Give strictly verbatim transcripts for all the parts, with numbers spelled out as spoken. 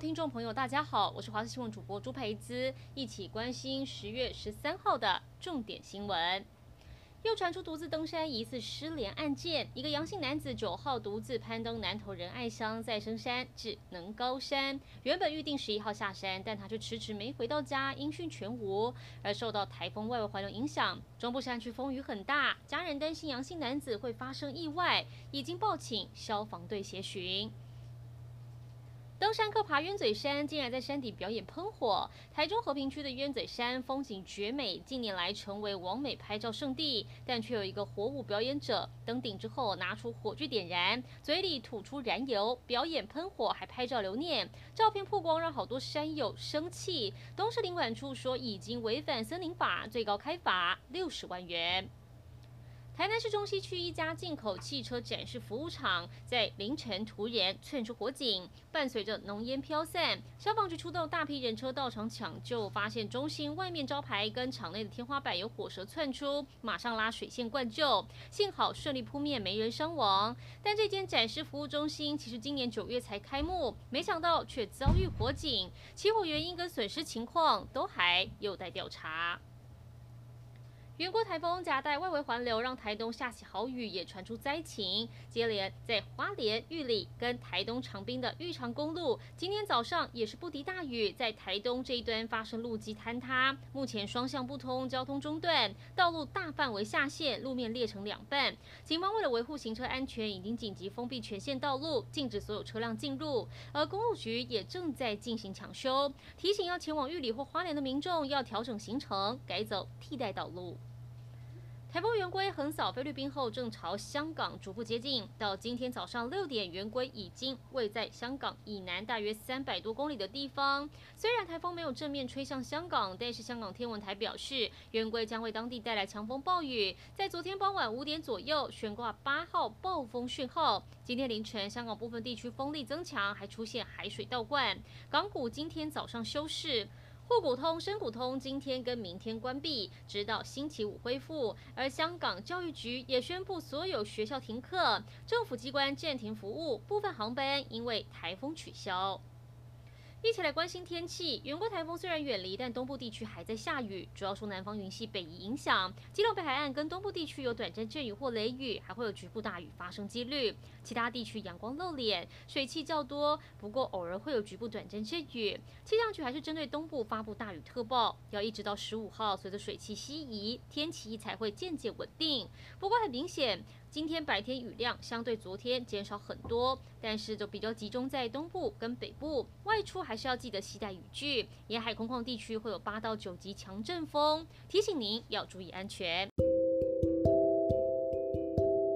听众朋友，大家好，我是华视新闻主播朱培姿，一起关心十月十三号的重点新闻。又传出独自登山疑似失联案件，一个杨姓男子九号独自攀登南投仁爱乡再生山至能高山，原本预定十一号下山，但他却迟迟没回到家，音讯全无。而受到台风外围环流影响，中部山区风雨很大，家人担心杨姓男子会发生意外，已经报请消防队协寻。登山客爬鸢嘴山，竟然在山底表演喷火。台中和平区的鸢嘴山风景绝美，近年来成为网美拍照圣地，但却有一个火舞表演者登顶之后拿出火炬点燃，嘴里吐出燃油，表演喷火，还拍照留念。照片曝光，让好多山友生气。东市林管处说已经违反森林法，最高开罚六十万元。台南市中西区一家进口汽车展示服务厂在凌晨突然窜出火警，伴随着浓烟飘散，消防局出动大批人车到场抢救，发现中心外面招牌跟场内的天花板有火舌窜出，马上拉水线灌救，幸好顺利扑灭，没人伤亡。但这间展示服务中心其实今年九月才开幕，没想到却遭遇火警，起火原因跟损失情况都还有待调查。圆郭台风夹带外围环流，让台东下起豪雨，也传出灾情。接连在花莲、玉里跟台东长滨的玉长公路，今天早上也是不敌大雨，在台东这一端发生路基坍塌，目前双向不通，交通中断，道路大范围下陷，路面裂成两半。警方为了维护行车安全，已经紧急封闭全线道路，禁止所有车辆进入。而公路局也正在进行抢修，提醒要前往玉里或花莲的民众要调整行程，改走替代道路。台风圆规横扫菲律宾后，正朝香港逐步接近。到今天早上六点，圆规已经位在香港以南大约三百多公里的地方。虽然台风没有正面吹向香港，但是香港天文台表示，圆规将为当地带来强风暴雨。在昨天傍晚五点左右，悬挂八号暴风讯号。今天凌晨，香港部分地区风力增强，还出现海水倒灌。港股今天早上休市。沪股通、深股通今天跟明天关闭，直到星期五恢复。而香港教育局也宣布所有学校停课，政府机关暂停服务，部分航班因为台风取消。一起来关心天气。圆规台风虽然远离，但东部地区还在下雨，主要受南方云系北移影响。基隆北海岸跟东部地区有短暂阵雨或雷雨，还会有局部大雨发生几率。其他地区阳光露脸，水汽较多，不过偶尔会有局部短暂阵雨。气象局还是针对东部发布大雨特报，要一直到十五号，随着水汽西移，天气才会渐渐稳定。不过很明显，今天白天雨量相对昨天减少很多，但是就比较集中在东部跟北部，外出还是要记得携带雨具。沿海空旷地区会有八到九级强阵风，提醒您要注意安全。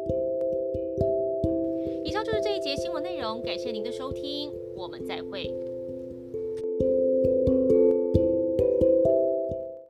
以上就是这一节新闻内容，感谢您的收听，我们再会。